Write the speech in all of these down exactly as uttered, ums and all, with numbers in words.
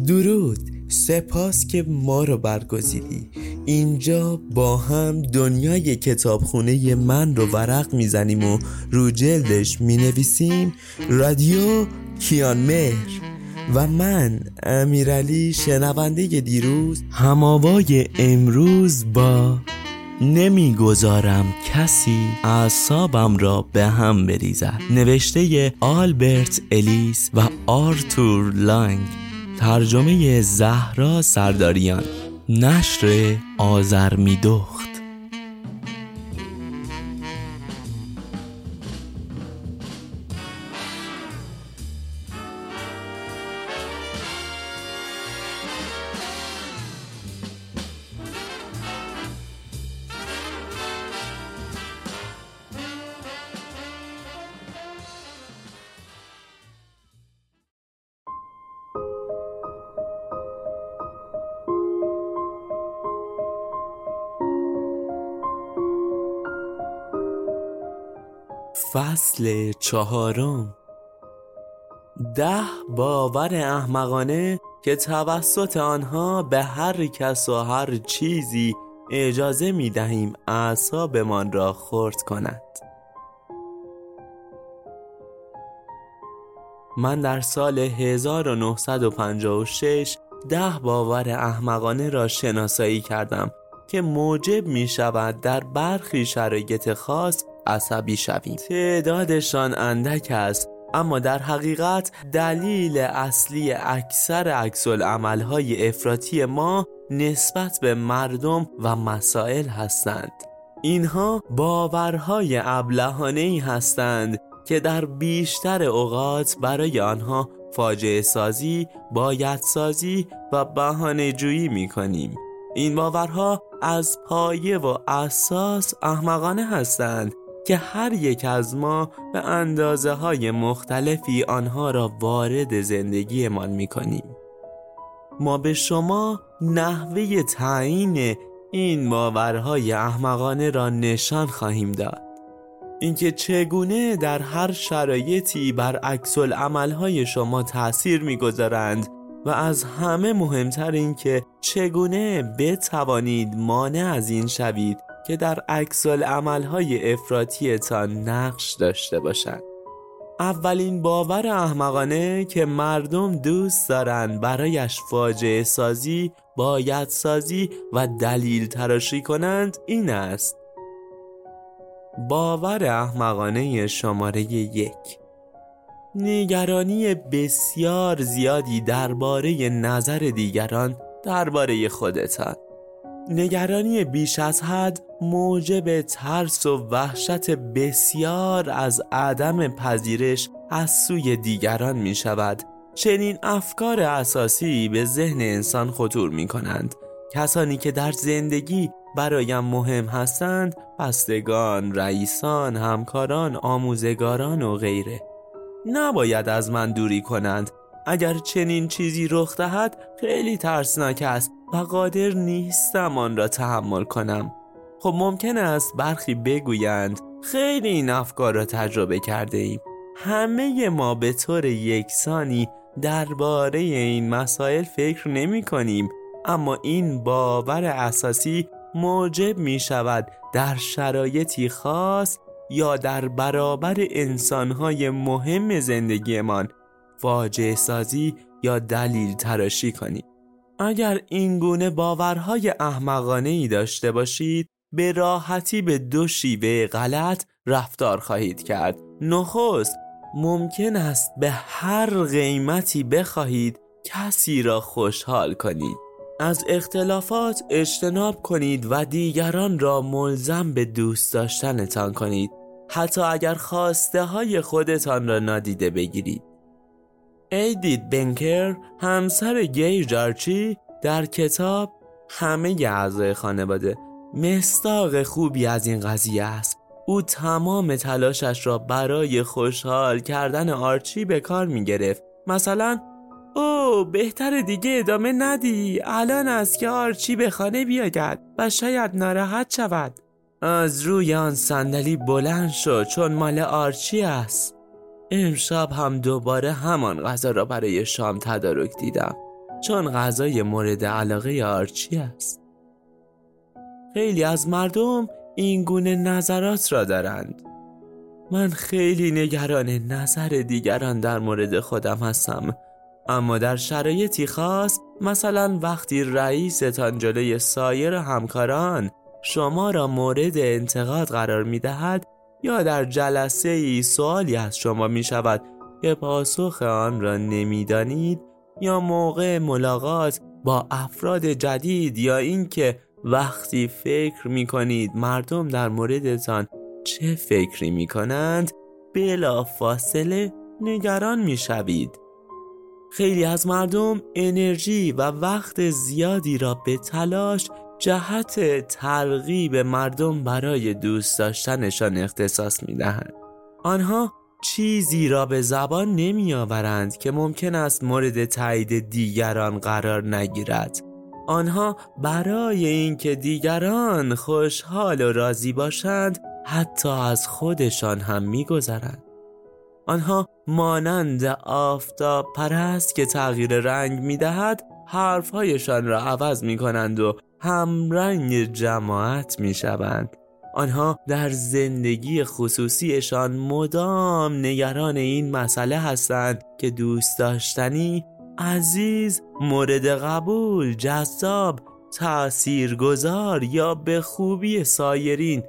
درود، سپاس که ما رو برگزیدی. اینجا با هم دنیای کتابخونه من رو ورق میزنیم و رو جلدش مینویسیم رادیو کیانمهر و من امیرعلی شنونده دیروز هماوای امروز با نمیگذارم کسی اعصابم را به هم بریزد، نوشته آلبرت الیس و آرتور لانگ، ترجمه زهرا سرداریان، نشر آذرمیدخت. فصل چهارم. ده باور احمقانه که توسط آنها به هر کس و هر چیزی اجازه می دهیم اعصابمان را خرد کند. من در سال هزار و نهصد و پنجاه و شش ده باور احمقانه را شناسایی کردم که موجب می شود در برخی شرایط خاص عصبی شویم. تعدادشان اندک است، اما در حقیقت دلیل اصلی اکثر عکس‌العمل‌های افراطی ما نسبت به مردم و مسائل هستند. اینها باورهای ابلهانه‌ای هستند که در بیشتر اوقات برای آنها فاجعه سازی، باید سازی و بهانه جویی می کنیم. این باورها از پایه و اساس احمقانه هستند که هر یک از ما به اندازه های مختلفی آنها را وارد زندگی من می کنیم. ما به شما نحوه تعیین این باورهای احمقانه را نشان خواهیم داد. اینکه چگونه در هر شرایطی بر عکس‌العمل‌های شما تأثیر می‌گذارند و از همه مهمتر این که چگونه بتوانید مانع از این شوید که در عکس‌العمل‌های افراطیتان نقش داشته باشند. اولین باور احمقانه که مردم دوست دارند برایش فاجعه سازی، باید سازی و دلیل تراشی کنند این است: باور احمقانه شماره یک، نگرانی بسیار زیادی درباره نظر دیگران درباره خودتان. نگرانی بیش از حد موجب ترس و وحشت بسیار از عدم پذیرش از سوی دیگران می شود. چنین افکار اساسی به ذهن انسان خطور می کنند. کسانی که در زندگی برایم مهم هستند، بستگان، رئیسان، همکاران، آموزگاران و غیره، نباید از من دوری کنند. اگر چنین چیزی رخ دهد خیلی ترسناک است و قادر نیستم آن را تحمل کنم. خب ممکن است برخی بگویند خیلی این افکار را تجربه کرده ایم. همه ما به طور یکسانی درباره این مسائل فکر نمی کنیم، اما این باور اساسی موجب می شود در شرایطی خاص یا در برابر انسانهای مهم زندگیمان فاجعه سازی یا دلیل تراشی کنید. اگر این گونه باورهای احمقانه‌ای داشته باشید، به راحتی به دو شیوه غلط رفتار خواهید کرد. نخست، ممکن است به هر قیمتی بخواهید کسی را خوشحال کنید. از اختلافات اجتناب کنید و دیگران را ملزم به دوست داشتنتان کنید، حتی اگر خواسته های خودتان را نادیده بگیرید. ایدیت بنکر، همسر گیج آرچی، در کتاب همه اعضای خانواده مصداق خوبی از این قضیه است. او تمام تلاشش را برای خوشحال کردن آرچی به کار می گرفت. مثلا او بهتر دیگه ادامه ندی، الان است که آرچی به خانه بیاید و شاید ناراحت شود. از روی آن صندلی بلند شد چون مال آرچی است. امشب هم دوباره همان غذا را برای شام تدارک دیدم. چون غذای مورد علاقه آرچی است. خیلی از مردم این گونه نظرات را دارند. من خیلی نگران نظر دیگران در مورد خودم هستم، اما در شرایطی خاص، مثلا وقتی رئیستان جلوی سایر همکاران شما را مورد انتقاد قرار می دهد یا در جلسه ای سوالی از شما می شود که پاسخ آن را نمی دانید، یا موقع ملاقات با افراد جدید، یا اینکه وقتی فکر می کنید مردم در موردتان چه فکری می کنند، بلا فاصله نگران می شوید. خیلی از مردم انرژی و وقت زیادی را به تلاش جهت ترغیب مردم برای دوست داشتنشان اختصاص می دهند. آنها چیزی را به زبان نمی آورند که ممکن است مورد تایید دیگران قرار نگیرد. آنها برای اینکه دیگران خوشحال و راضی باشند حتی از خودشان هم می گذرند. آنها مانند آفتاب پرست که تغییر رنگ می دهد حرفهایشان را عوض می کنند و همرنگ جماعت می شوند. آنها در زندگی خصوصیشان مدام نگران این مسئله هستند که دوست داشتنی، عزیز، مورد قبول، جذاب، تأثیرگذار یا به خوبی سایرین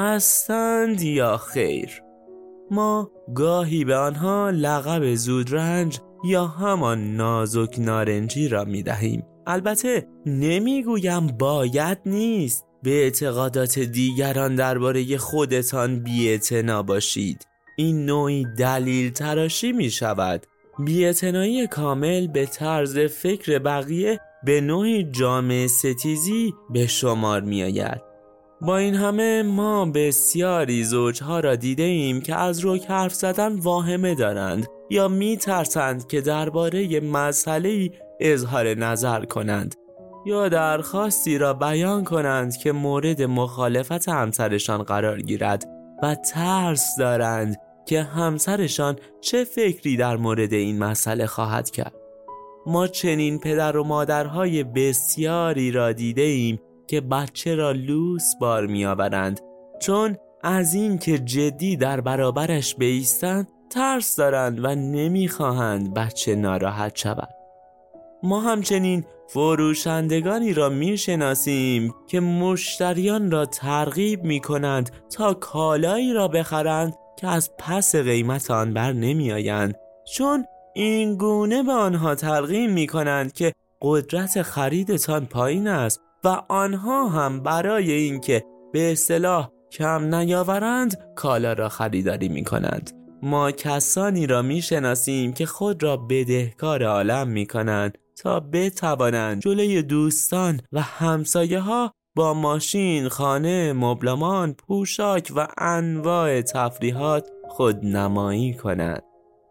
هستند یا خیر. ما گاهی به آنها لقب زودرنج یا همان نازک نارنجی را می دهیم. البته نمیگویم باید نیست به اعتقادات دیگران درباره خودتان بی‌اعتنا باشید. این نوعی دلیل تراشی می شود. بی‌اعتنایی کامل به طرز فکر بقیه به نوعی جامعه ستیزی به شمار می آید. با این همه ما بسیاری زوجها را دیده ایم که از رک حرف زدن واهمه دارند یا می ترسند که درباره مسئله‌ای اظهار نظر کنند یا درخواستی را بیان کنند که مورد مخالفت همسرشان قرار گیرد و ترس دارند که همسرشان چه فکری در مورد این مسئله خواهد کرد. ما چنین پدر و مادرهای بسیاری را دیده ایم که بچه را لوس بار می آورند، چون از این که جدی در برابرش بایستند ترس دارند و نمی خواهند بچه ناراحت شود. ما همچنین فروشندگانی را می شناسیم که مشتریان را ترغیب می کنند تا کالایی را بخرند که از پس قیمت آن بر نمی آیند، چون این گونه به آنها ترغیب می کنند که قدرت خریدتان پایین است و آنها هم برای اینکه به اصطلاح کم نیاورند کالا را خریداری می کنند. ما کسانی را می شناسیم که خود را بدهکار عالم می کنند تا بتوانند جلوی دوستان و همسایه ها با ماشین، خانه، مبلمان، پوشاک و انواع تفریحات خودنمایی کنند.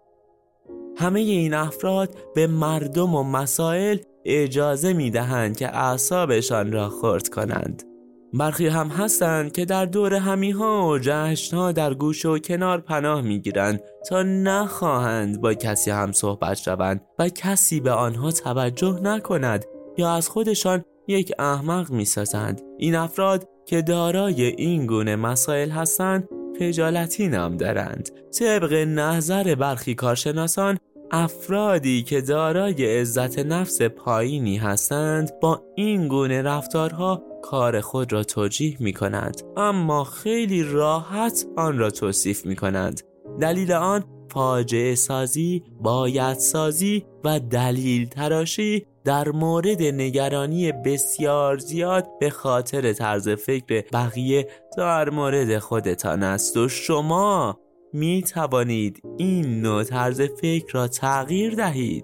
همه این افراد به مردم و مسائل اجازه می دهند که اعصابشان را خرد کنند. برخی هم هستند که در دور همیها و جشنها در گوش و کنار پناه می گیرند تا نخواهند با کسی هم صحبت شوند و کسی به آنها توجه نکند یا از خودشان یک احمق می سازند. این افراد که دارای این گونه مسائل هستند خجالتی نام دارند. طبق نظر برخی کارشناسان، افرادی که دارای عزت نفس پایینی هستند با این گونه رفتارها کار خود را توجیه می کنند، اما خیلی راحت آن را توصیف می کنند. دلیل آن فاجعه سازی، باید سازی و دلیل تراشی در مورد نگرانی بسیار زیاد به خاطر طرز فکر بقیه در مورد خودتان است و شما می توانید این نوع طرز فکر را تغییر دهید.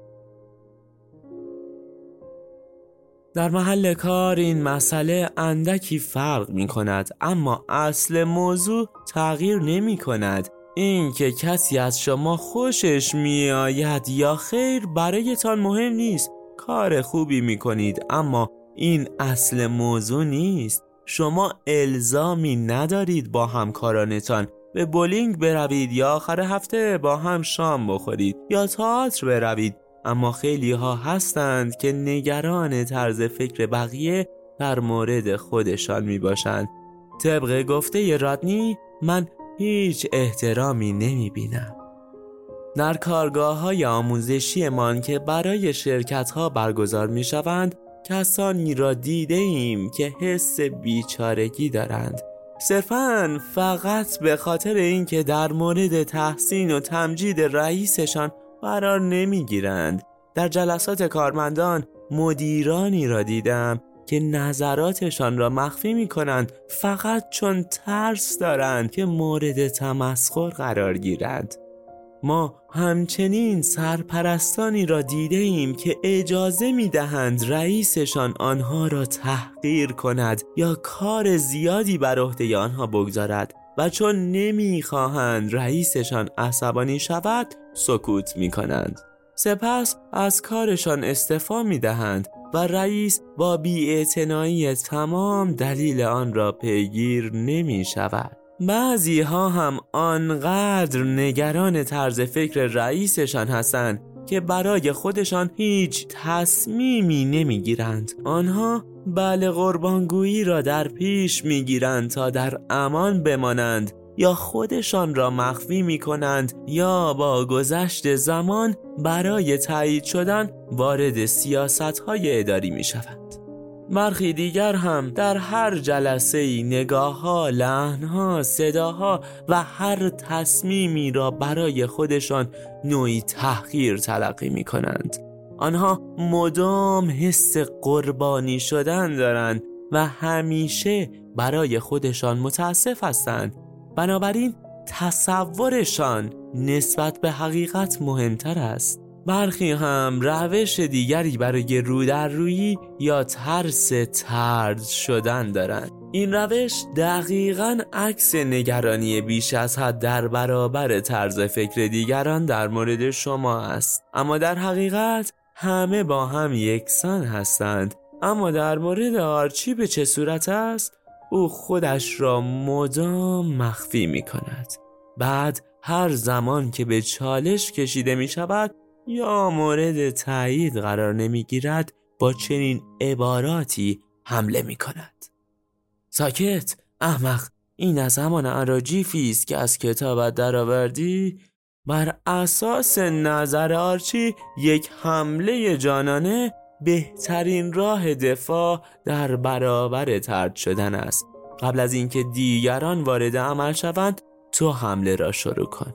در محل کار این مسئله اندکی فرق می کند، اما اصل موضوع تغییر نمی کند. این که کسی از شما خوشش می آید یا خیر برایتان مهم نیست. کار خوبی می کنید، اما این اصل موضوع نیست. شما الزامی ندارید با همکارانتان به بولینگ بروید یا آخر هفته با هم شام بخورید یا تئاتر بروید اما خیلی ها هستند که نگران طرز فکر بقیه در مورد خودشان می باشند. طبق گفته رادنی، من هیچ احترامی نمی بینم. در کارگاه‌های آموزشیمان که برای شرکت‌ها برگزار می‌شوند، کسانی را دیده ایم که حس بیچارگی دارند، صرفاً فقط به خاطر اینکه در مورد تحسین و تمجید رئیسشان قرار نمی‌گیرند. در جلسات کارمندان مدیرانی را دیدم که نظراتشان را مخفی می‌کنند فقط چون ترس دارند که مورد تمسخر قرار گیرند. ما همچنین سرپرستانی را دیده ایم که اجازه می دهند رئیسشان آنها را تحقیر کند یا کار زیادی بر عهده آنها بگذارد و چون نمی خواهند رئیسشان عصبانی شود سکوت می کنند. سپس از کارشان استعفا می دهند و رئیس با بی‌اعتنایی تمام دلیل آن را پیگیر نمی شود. بعضی ها هم آنقدر نگران طرز فکر رئیسشان هستند که برای خودشان هیچ تصمیمی نمیگیرند. آنها بله قربانگویی را در پیش میگیرند تا در امان بمانند یا خودشان را مخفی میکنند یا با گذشت زمان برای تایید شدن وارد سیاست‌های اداری میشوند. برخی دیگر هم در هر جلسه‌ای نگاه‌ها، لحن‌ها، صداها و هر تصمیمی را برای خودشان نوعی تحقیر تلقی می‌کنند. آنها مدام حس قربانی شدن دارند و همیشه برای خودشان متاسف هستند. بنابراین تصورشان نسبت به حقیقت مهمتر است. برخی هم روش دیگری برای رو در رویی یا ترس طرد شدن دارند. این روش دقیقاً عکس نگرانی بیش از حد در برابر طرز فکر دیگران در مورد شما است. اما در حقیقت همه با هم یکسان هستند. اما در مورد آرچی به چه صورت است؟ او خودش را مدام مخفی می کند. بعد هر زمان که به چالش کشیده می شود یا مورد تایید قرار نمی گیرد با چنین عباراتی حمله می کند: ساکت احمق، این از همان اراجیفی است که از کتابت درآوردی. بر اساس نظر آرچی یک حمله جانانه بهترین راه دفاع در برابر طرد شدن است. قبل از اینکه دیگران وارد عمل شوند تو حمله را شروع کن.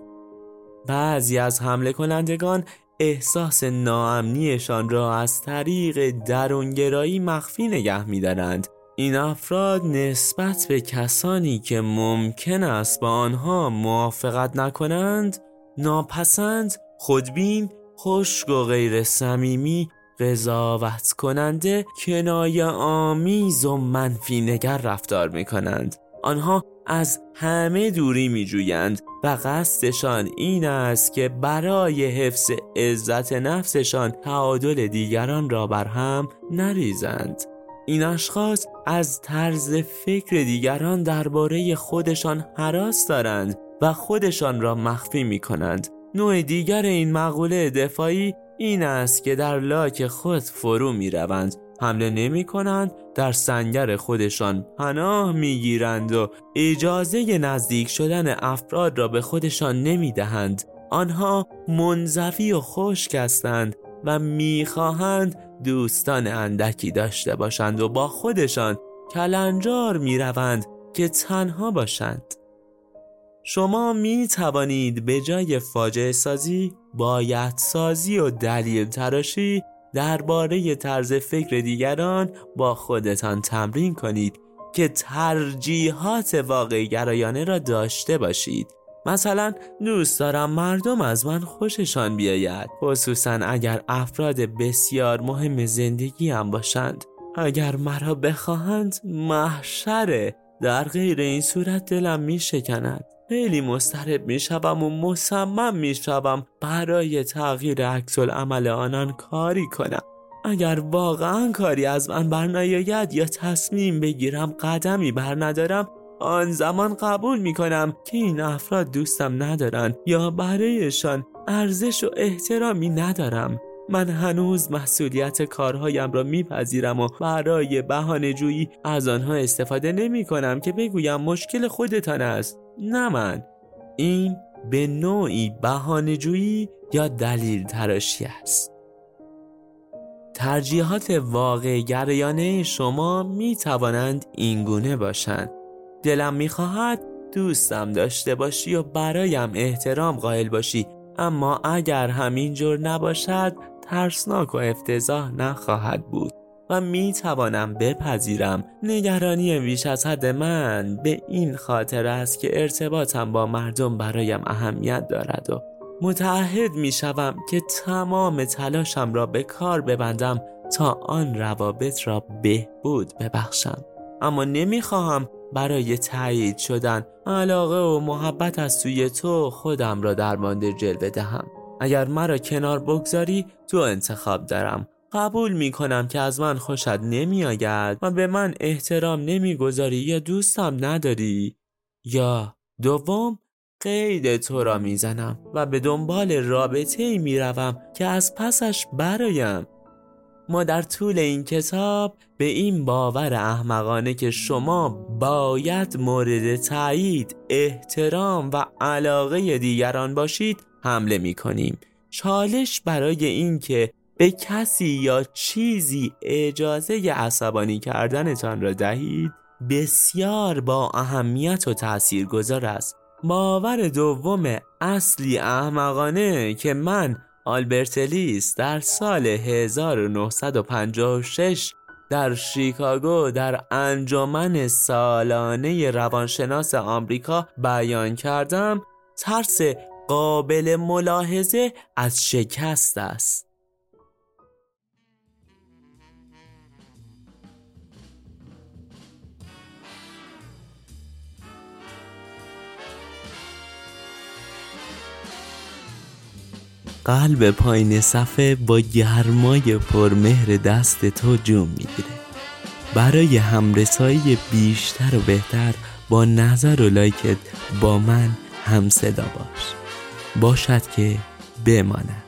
بعضی از حمله کنندگان احساس ناامنیشان را از طریق درونگرایی مخفی نگه می‌دارند. این افراد نسبت به کسانی که ممکن است با آنها موافقت نکنند ناپسند، خودبین، خشک و غیر صمیمی، قضاوت کننده، کنایه آمیز و منفی نگر رفتار می‌کنند. آنها از همه دوری می‌جویند و قصدشان این است که برای حفظ عزت نفسشان تعادل دیگران را برهم نریزند. این اشخاص از طرز فکر دیگران درباره خودشان هراس دارند و خودشان را مخفی می‌کنند. نوع دیگر این مقوله دفاعی این است که در لاک خود فرو می‌روند، حمله نمی کنند، در سنگر خودشان پناه می گیرند و اجازه نزدیک شدن افراد را به خودشان نمی دهند. آنها منزوی و خشک هستند و می خواهند دوستان اندکی داشته باشند و با خودشان کلنجار می روند که تنها باشند. شما می توانید به جای فاجعه سازی، باید سازی و دلیل تراشی درباره طرز فکر دیگران با خودتان تمرین کنید که ترجیحات واقعی گرایانه را داشته باشید. مثلا دوست دارم مردم از من خوششان بیاید، خصوصا اگر افراد بسیار مهم زندگی هم باشند. اگر مرا بخواهند محشره، در غیر این صورت دلم می شکند. خیلی مضطرب می شوم و مصمم می شوم برای تغییر عکس العمل آنان کاری کنم. اگر واقعا کاری از من برنیاید یا تصمیم بگیرم قدمی بر ندارم، آن زمان قبول می کنم که این افراد دوستم ندارن یا برایشان ارزش و احترامی ندارم. من هنوز مسئولیت کارهایم را میپذیرم و برای بهانه‌جویی از آنها استفاده نمی کنم که بگویم مشکل خودتان است، نه من. این به نوعی بهانه‌جویی یا دلیل تراشی است. ترجیحات واقع گرایانه شما می توانند این گونه باشند: دلم می خواهد دوستم داشته باشی و برایم احترام قائل باشی، اما اگر همین جور نباشد ترسناک و افتضاح نخواهد بود و می توانم بپذیرم نگرانی بیش از حد من به این خاطر است که ارتباطم با مردم برایم اهمیت دارد و متعهد می شوم که تمام تلاشم را به کار ببندم تا آن روابط را بهبود ببخشم. اما نمی خواهم برای تایید شدن علاقه و محبت از سوی تو خودم را درمانده جلوه دهم. اگر مرا کنار بگذاری تو انتخاب دارم: قبول می کنم که از من خوشت نمی آید و به من احترام نمی گذاری یا دوستم نداری، یا دوم قید تو را می زنم و به دنبال رابطه‌ای می روم که از پسش برایم. ما در طول این کتاب به این باور احمقانه که شما باید مورد تایید، احترام و علاقه دیگران باشید حمله می کنیم. چالش برای این که به کسی یا چیزی اجازه عصبانی کردنتان را دهید بسیار با اهمیت و تاثیرگذار است. باور دوم اصلی احمقانه که من آلبرت الیس در سال هزار و نهصد و پنجاه و شش در شیکاگو در انجمن سالانه روانشناس آمریکا بیان کردم، ترس قابل ملاحظه از شکست است. قلب پایین صفحه با گرمای پرمهر دست تو جون میگیره. برای همرسایی بیشتر و بهتر با نظر و لایکت با من هم صدا باش. باشد که بماند.